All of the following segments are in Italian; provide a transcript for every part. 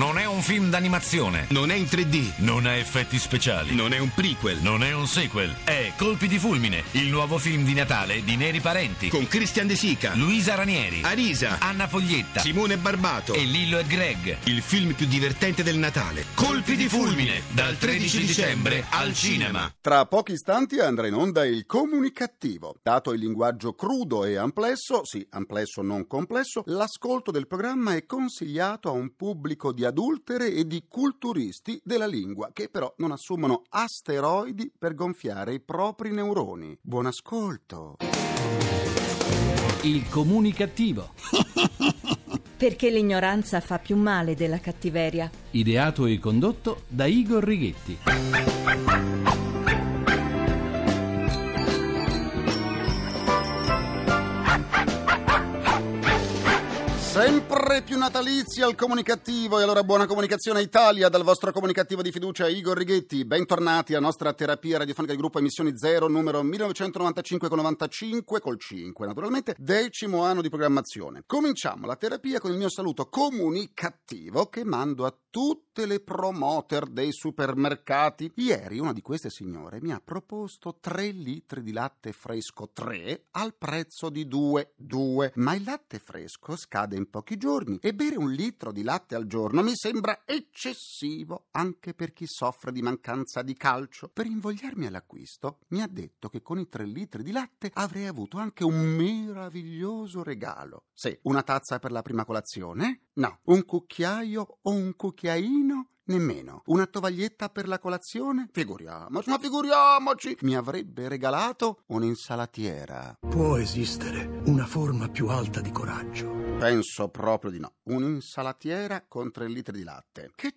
Non è un film d'animazione. Non è in 3D. Non ha effetti speciali. Non è un prequel. Non è un sequel. È Colpi di fulmine, il nuovo film di Natale di Neri Parenti. Con Christian De Sica, Luisa Ranieri, Arisa, Anna Foglietta, Simone Barbato e Lillo e Greg. Il film più divertente del Natale. Colpi di fulmine, dal 13 dicembre al cinema. Tra pochi istanti andrà in onda il Comunicattivo. Dato il linguaggio crudo e amplesso, sì, amplesso non complesso, l'ascolto del programma è consigliato a un pubblico di adultere e di culturisti della lingua, che però non assumono asteroidi per gonfiare i propri neuroni. Buon ascolto. Il Comunicattivo. Perché l'ignoranza fa più male della cattiveria. Ideato e condotto da Igor Righetti. Sempre più natalizi al Comunicativo, e allora buona comunicazione Italia dal vostro comunicativo di fiducia Igor Righetti. Bentornati alla nostra terapia radiofonica di gruppo Emissioni Zero, numero 1995-95 col 5, naturalmente, 10° anno di programmazione. Cominciamo la terapia con il mio saluto comunicativo che mando a tutte le promoter dei supermercati. Ieri una di queste signore mi ha proposto 3 litri di latte fresco 3 al prezzo di 2, ma il latte fresco scade in pochi giorni e bere 1 litro di latte al giorno mi sembra eccessivo anche per chi soffre di mancanza di calcio. Per invogliarmi all'acquisto mi ha detto che con i 3 litri di latte avrei avuto anche un meraviglioso regalo. Sì, una tazza per la prima colazione? No. Un cucchiaio o un cucchiaino? Nemmeno. Una tovaglietta per la colazione? Figuriamoci! Mi avrebbe regalato un'insalatiera. Può esistere una forma più alta di coraggio? Penso proprio di no. Un'insalatiera con 3 litri di latte. Che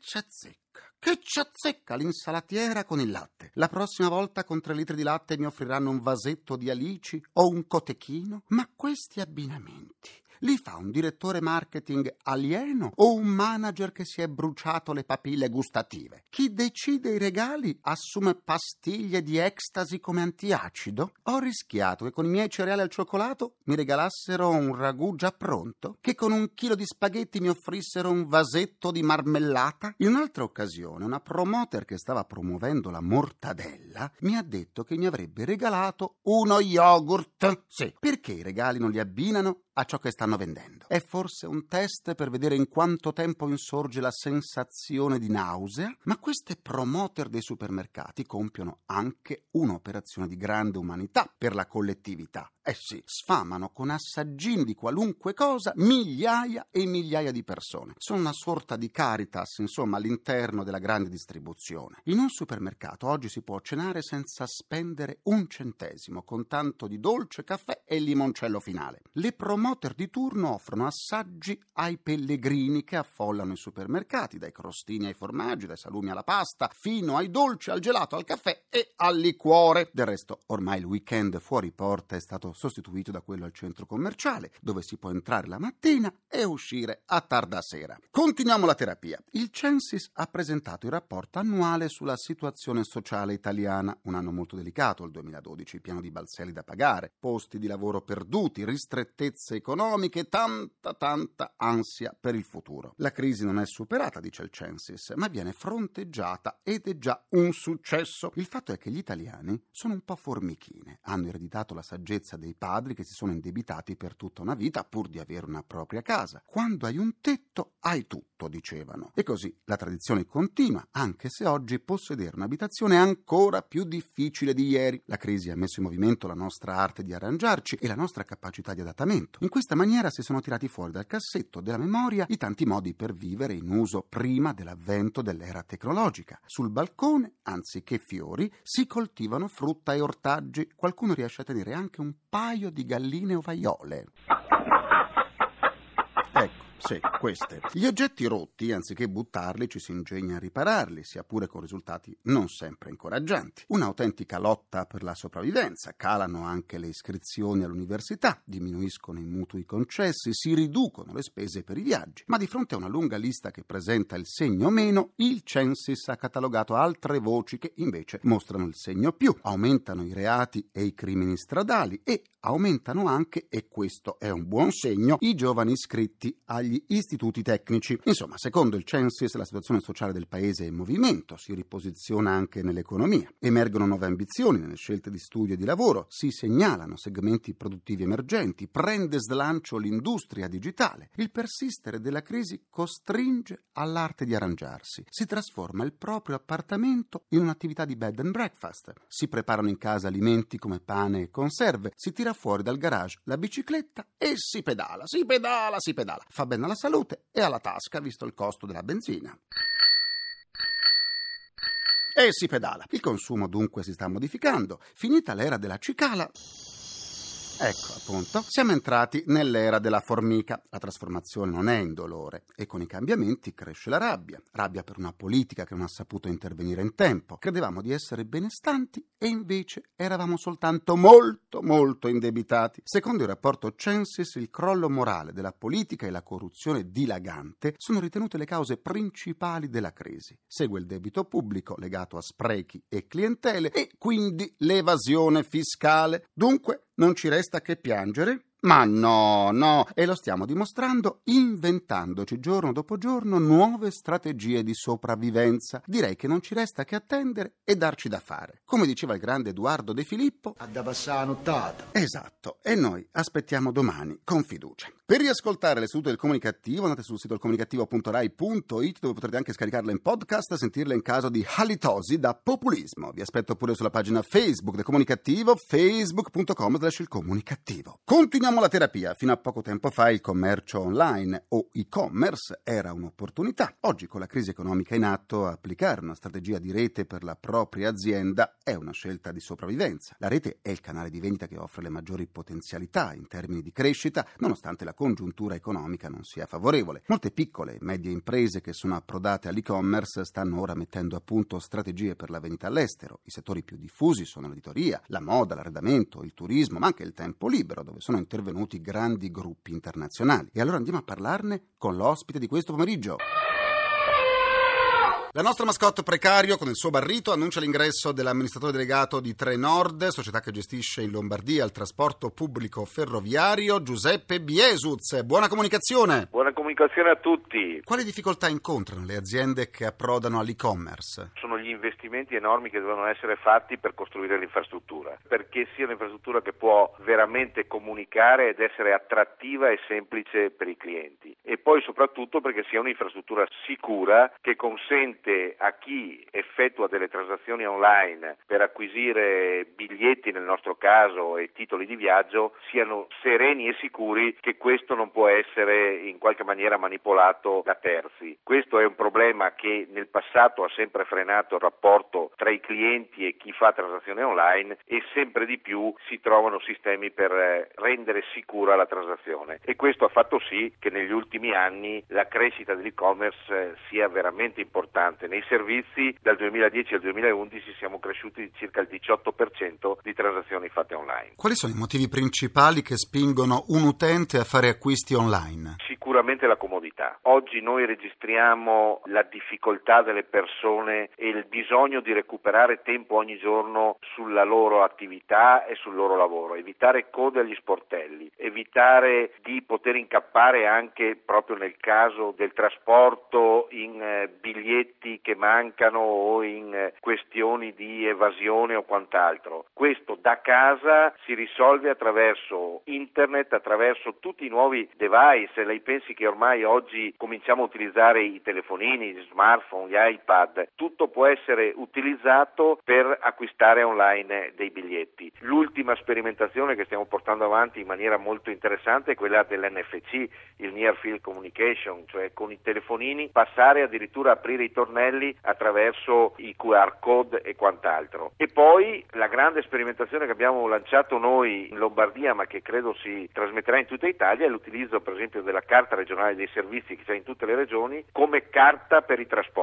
c'azzecca l'insalatiera con il latte. La prossima volta con 3 litri di latte mi offriranno un vasetto di alici o un cotechino? Ma questi abbinamenti li fa un direttore marketing alieno o un manager che si è bruciato le papille gustative? Chi decide i regali assume pastiglie di ecstasy come antiacido? Ho rischiato che con i miei cereali al cioccolato mi regalassero un ragù già pronto? Che con 1 chilo di spaghetti mi offrissero un vasetto di marmellata? In un'altra occasione una promoter che stava promuovendo la mortadella mi ha detto che mi avrebbe regalato uno yogurt. Sì, perché i regali non li abbinano a ciò che stanno vendendo? È forse un test per vedere in quanto tempo insorge la sensazione di nausea? Ma queste promoter dei supermercati compiono anche un'operazione di grande umanità per la collettività. Eh sì, sfamano con assaggini di qualunque cosa migliaia e migliaia di persone. Sono una sorta di Caritas, insomma, all'interno della grande distribuzione. In un supermercato oggi si può cenare senza spendere 1 centesimo, con tanto di dolce, caffè e limoncello finale. Le promoter di turno offrono assaggi ai pellegrini che affollano i supermercati, dai crostini ai formaggi, dai salumi alla pasta, fino ai dolci, al gelato, al caffè e al liquore. Del resto, ormai il weekend fuori porta è stato sostituito da quello al centro commerciale, dove si può entrare la mattina e uscire a tarda sera. Continuiamo la terapia. Il Censis ha presentato il rapporto annuale sulla situazione sociale italiana. Un anno molto delicato, il 2012, pieno di balzelli da pagare, posti di lavoro perduti, ristrettezze economiche, tanta ansia per il futuro. La crisi non è superata, dice il Censis, ma viene fronteggiata ed è già un successo. Il fatto è che gli italiani sono un po' formichine, hanno ereditato la saggezza dei padri che si sono indebitati per tutta una vita pur di avere una propria casa. Quando hai un tetto, hai tutto, dicevano. E così la tradizione continua, anche se oggi possedere un'abitazione è ancora più difficile di ieri. La crisi ha messo in movimento la nostra arte di arrangiarci e la nostra capacità di adattamento. In questa maniera si sono tirati fuori dal cassetto della memoria i tanti modi per vivere in uso prima dell'avvento dell'era tecnologica. Sul balcone, anziché fiori, si coltivano frutta e ortaggi. Qualcuno riesce a tenere anche un paio di galline ovaiole. Ecco, sì, queste. Gli oggetti rotti, anziché buttarli, ci si ingegna a ripararli, sia pure con risultati non sempre incoraggianti. Un'autentica lotta per la sopravvivenza. Calano anche le iscrizioni all'università, diminuiscono i mutui concessi, si riducono le spese per i viaggi. Ma di fronte a una lunga lista che presenta il segno meno, il Censis ha catalogato altre voci che invece mostrano il segno più. Aumentano i reati e i crimini stradali e aumentano anche, e questo è un buon segno, i giovani iscritti agli istituti tecnici. Insomma, secondo il Censis, la situazione sociale del paese è in movimento, si riposiziona anche nell'economia. Emergono nuove ambizioni nelle scelte di studio e di lavoro, si segnalano segmenti produttivi emergenti, prende slancio l'industria digitale. Il persistere della crisi costringe all'arte di arrangiarsi. Si trasforma il proprio appartamento in un'attività di bed and breakfast. Si preparano in casa alimenti come pane e conserve, si tira fuori dal garage la bicicletta e si pedala. Fa bene alla salute e alla tasca, visto il costo della benzina. E si pedala. Il consumo dunque si sta modificando. Finita l'era della cicala, ecco appunto, siamo entrati nell'era della formica. La trasformazione non è indolore e con i cambiamenti cresce la rabbia per una politica che non ha saputo intervenire in tempo. Credevamo di essere benestanti e invece eravamo soltanto molto indebitati. Secondo il rapporto Censis, il crollo morale della politica e la corruzione dilagante sono ritenute le cause principali della crisi. Segue il debito pubblico legato a sprechi e clientele e quindi l'evasione fiscale. Dunque non ci resta che piangere? Ma no, e lo stiamo dimostrando inventandoci giorno dopo giorno nuove strategie di sopravvivenza. Direi che non ci resta che attendere e darci da fare. Come diceva il grande Edoardo De Filippo, Ha da passare la nottata. esatto, e noi aspettiamo domani con fiducia. Per riascoltare le sedute del Comunicativo andate sul sito comunicativo.rai.it, dove potrete anche scaricarle in podcast e sentirle in caso di halitosi da populismo. Vi aspetto pure sulla pagina Facebook del Comunicativo, facebook.com/ilcomunicativo. Continuiamo la terapia. Fino a poco tempo fa il commercio online o e-commerce era un'opportunità. Oggi, con la crisi economica in atto, applicare una strategia di rete per la propria azienda è una scelta di sopravvivenza. La rete è il canale di vendita che offre le maggiori potenzialità in termini di crescita, nonostante la congiuntura economica non sia favorevole. Molte piccole e medie imprese che sono approdate all'e-commerce stanno ora mettendo a punto strategie per la vendita all'estero. I settori più diffusi sono l'editoria, la moda, l'arredamento, il turismo, ma anche il tempo libero, dove sono intervenuti grandi gruppi internazionali. E allora andiamo a parlarne con l'ospite di questo pomeriggio. La nostra mascotte Precario, con il suo barrito, annuncia l'ingresso dell'amministratore delegato di Trenord, società che gestisce in Lombardia il trasporto pubblico ferroviario, Giuseppe Biesuz. Buona comunicazione! Buona comunicazione a tutti. Quali difficoltà incontrano le aziende che approdano all'e-commerce? Sono gli investimenti enormi che devono essere fatti per costruire l'infrastruttura, perché sia un'infrastruttura che può veramente comunicare ed essere attrattiva e semplice per i clienti, e poi soprattutto perché sia un'infrastruttura sicura che consente a chi effettua delle transazioni online per acquisire biglietti, nel nostro caso, e titoli di viaggio, siano sereni e sicuri che questo non può essere in qualche maniera manipolato da terzi. Questo è un problema che nel passato ha sempre frenato il rapporto tra i clienti e chi fa transazioni online, e sempre di più si trovano sistemi per rendere sicura la transazione, e questo ha fatto sì che negli ultimi anni la crescita dell'e-commerce sia veramente importante. Nei servizi dal 2010 al 2011 siamo cresciuti di circa il 18% di transazioni fatte online. Quali sono i motivi principali che spingono un utente a fare acquisti online? Sicuramente la comodità. Oggi noi registriamo la difficoltà delle persone e il bisogno di recuperare tempo ogni giorno sulla loro attività e sul loro lavoro, evitare code agli sportelli, evitare di poter incappare anche proprio nel caso del trasporto in biglietti che mancano o in questioni di evasione o quant'altro. Questo da casa si risolve attraverso internet, attraverso tutti i nuovi device. Lei pensi che ormai oggi cominciamo a utilizzare i telefonini, gli smartphone, gli iPad, tutto può essere utilizzato per acquistare online dei biglietti. L'ultima sperimentazione che stiamo portando avanti in maniera molto interessante è quella dell'NFC, il Near Field Communication, cioè con i telefonini passare addirittura a aprire i tornelli attraverso i QR code e quant'altro. E poi la grande sperimentazione che abbiamo lanciato noi in Lombardia, ma che credo si trasmetterà in tutta Italia, è l'utilizzo per esempio della carta regionale dei servizi che c'è in tutte le regioni come carta per i trasporti,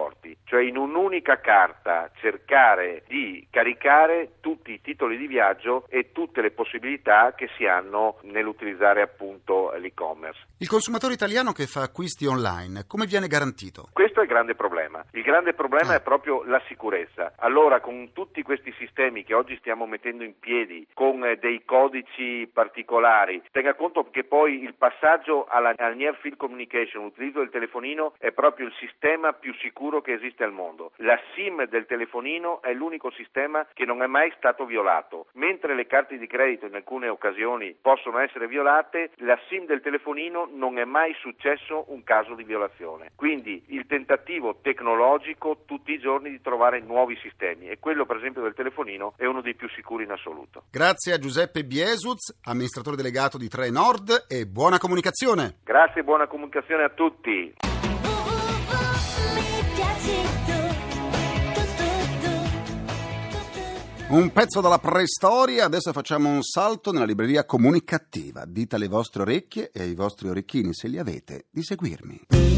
cioè in un'unica carta cercare di caricare tutti i titoli di viaggio e tutte le possibilità che si hanno nell'utilizzare appunto l'e-commerce. Il consumatore italiano che fa acquisti online, come viene garantito? Questo è il grande problema. Il grande problema è proprio la sicurezza. Allora, con tutti questi sistemi che oggi stiamo mettendo in piedi, con dei codici particolari, tenga conto che poi il passaggio alla Near Field Communication, l'utilizzo del telefonino, è proprio il sistema più sicuro che esiste al mondo. La SIM del telefonino è l'unico sistema che non è mai stato violato. Mentre le carte di credito in alcune occasioni possono essere violate, la SIM del telefonino non è mai successo un caso di violazione. Quindi il tentativo tecnologico tutti i giorni di trovare nuovi sistemi, e quello per esempio del telefonino è uno dei più sicuri in assoluto. Grazie a Giuseppe Biesuz, amministratore delegato di Trenord, e buona comunicazione. Grazie e buona comunicazione a tutti. Un pezzo dalla preistoria, adesso facciamo un salto nella libreria comunicativa. Dite alle vostre orecchie e ai vostri orecchini, se li avete, di seguirmi.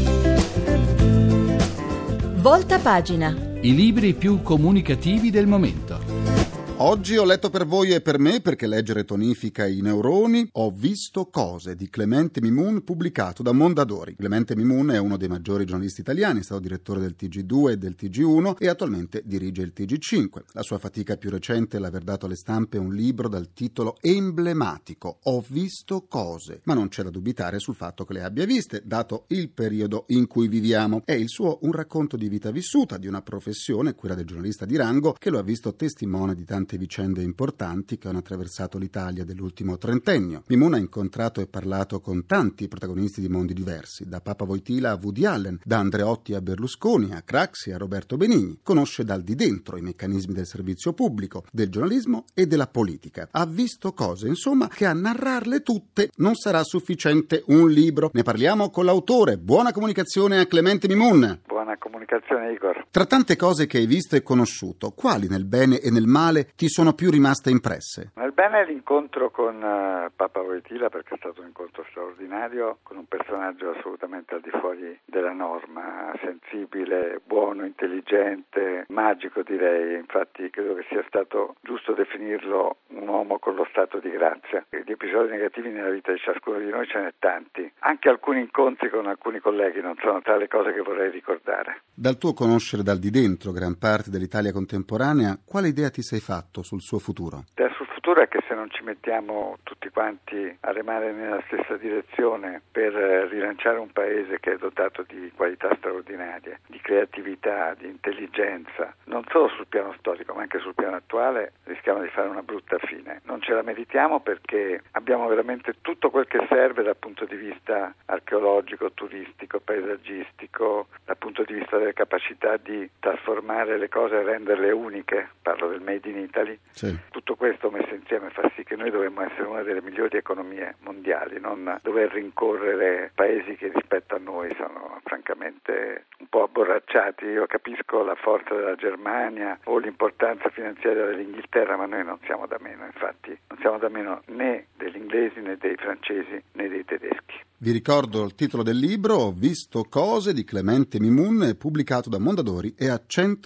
Volta pagina. I libri più comunicativi del momento. Oggi ho letto per voi e per me, perché leggere tonifica i neuroni, Ho visto cose di Clemente Mimoun, pubblicato da Mondadori. Clemente Mimoun è uno dei maggiori giornalisti italiani, è stato direttore del TG2 e del TG1 e attualmente dirige il TG5. La sua fatica più recente è l'aver dato alle stampe un libro dal titolo emblematico, Ho visto cose, ma non c'è da dubitare sul fatto che le abbia viste, dato il periodo in cui viviamo. È il suo un racconto di vita vissuta, di una professione, quella del giornalista di rango, che lo ha visto testimone di tante vicende importanti che hanno attraversato l'Italia dell'ultimo trentennio. Mimoun ha incontrato e parlato con tanti protagonisti di mondi diversi, da Papa Wojtyla a Woody Allen, da Andreotti a Berlusconi, a Craxi a Roberto Benigni. Conosce dal di dentro i meccanismi del servizio pubblico, del giornalismo e della politica. Ha visto cose, insomma, che a narrarle tutte non sarà sufficiente un libro. Ne parliamo con l'autore. Buona comunicazione a Clemente Mimoun. Buona comunicazione, Igor. Tra tante cose che hai visto e conosciuto, quali nel bene e nel male ti sono più rimaste impresse? Nel bene l'incontro con Papa Wojtyla, perché è stato un incontro straordinario, con un personaggio assolutamente al di fuori della norma, sensibile, buono, intelligente, magico direi. Infatti credo che sia stato giusto definirlo un uomo con lo stato di grazia. Di episodi negativi nella vita di ciascuno di noi ce n'è tanti. Anche alcuni incontri con alcuni colleghi non sono tra le cose che vorrei ricordare. Dal tuo conoscere dal di dentro gran parte dell'Italia contemporanea, quale idea ti sei fatto sul suo futuro? Sul futuro è che se non ci mettiamo tutti quanti a remare nella stessa direzione per rilanciare un paese che è dotato di qualità straordinarie, di creatività, di intelligenza, non solo sul piano storico ma anche sul piano attuale, rischiamo di fare una brutta fine. Non ce la meritiamo perché abbiamo veramente tutto quel che serve dal punto di vista archeologico, turistico, paesaggistico, dal punto di vista delle capacità di trasformare le cose e renderle uniche, parlo del Made in Italy. Sì. Tutto questo messo insieme fa sì che noi dovremmo essere una delle migliori economie mondiali, non dover rincorrere paesi che rispetto a noi sono francamente un po' abborracciati. Io capisco la forza della Germania o l'importanza finanziaria dell'Inghilterra, ma noi non siamo da meno, infatti non siamo da meno né degli inglesi né dei francesi né dei tedeschi. Vi ricordo il titolo del libro, Ho visto cose di Clemente Mimoun, pubblicato da Mondadori e a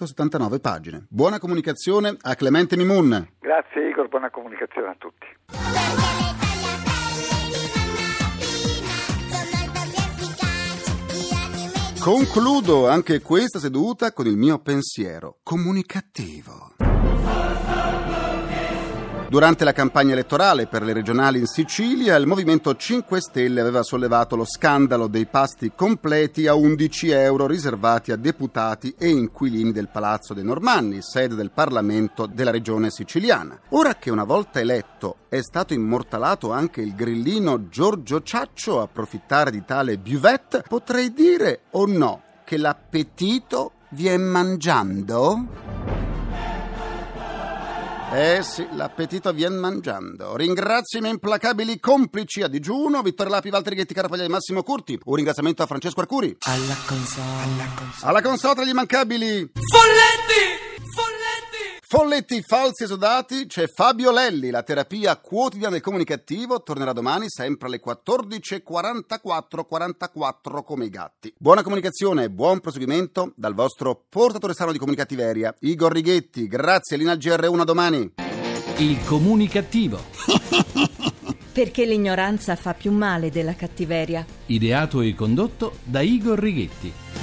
179 pagine. Buona comunicazione a Clemente Mimoun. Grazie Igor, buona comunicazione a tutti. Concludo anche questa seduta con il mio pensiero comunicativo. Durante la campagna elettorale per le regionali in Sicilia, il Movimento 5 Stelle aveva sollevato lo scandalo dei pasti completi a 11 euro riservati a deputati e inquilini del Palazzo dei Normanni, sede del Parlamento della regione siciliana. Ora che una volta eletto è stato immortalato anche il grillino Giorgio Ciaccio a approfittare di tale buvette, potrei dire o no che l'appetito vien mangiando? Sì, l'appetito vien mangiando. Ringrazio i miei implacabili complici a digiuno, Vittorio Lapi, Valtteri Ghetti, Carapaglia e Massimo Curti. Un ringraziamento a Francesco Arcuri. Alla console tra gli immancabili Folletti! Folletti, falsi esodati, c'è Fabio Lelli, la terapia quotidiana del comunicativo, tornerà domani sempre alle 14:44 come i gatti. Buona comunicazione e buon proseguimento dal vostro portatore sano di Comunicattiveria, Igor Righetti. Grazie, linea GR1, a domani. Il comunicativo. Perché l'ignoranza fa più male della cattiveria. Ideato e condotto da Igor Righetti.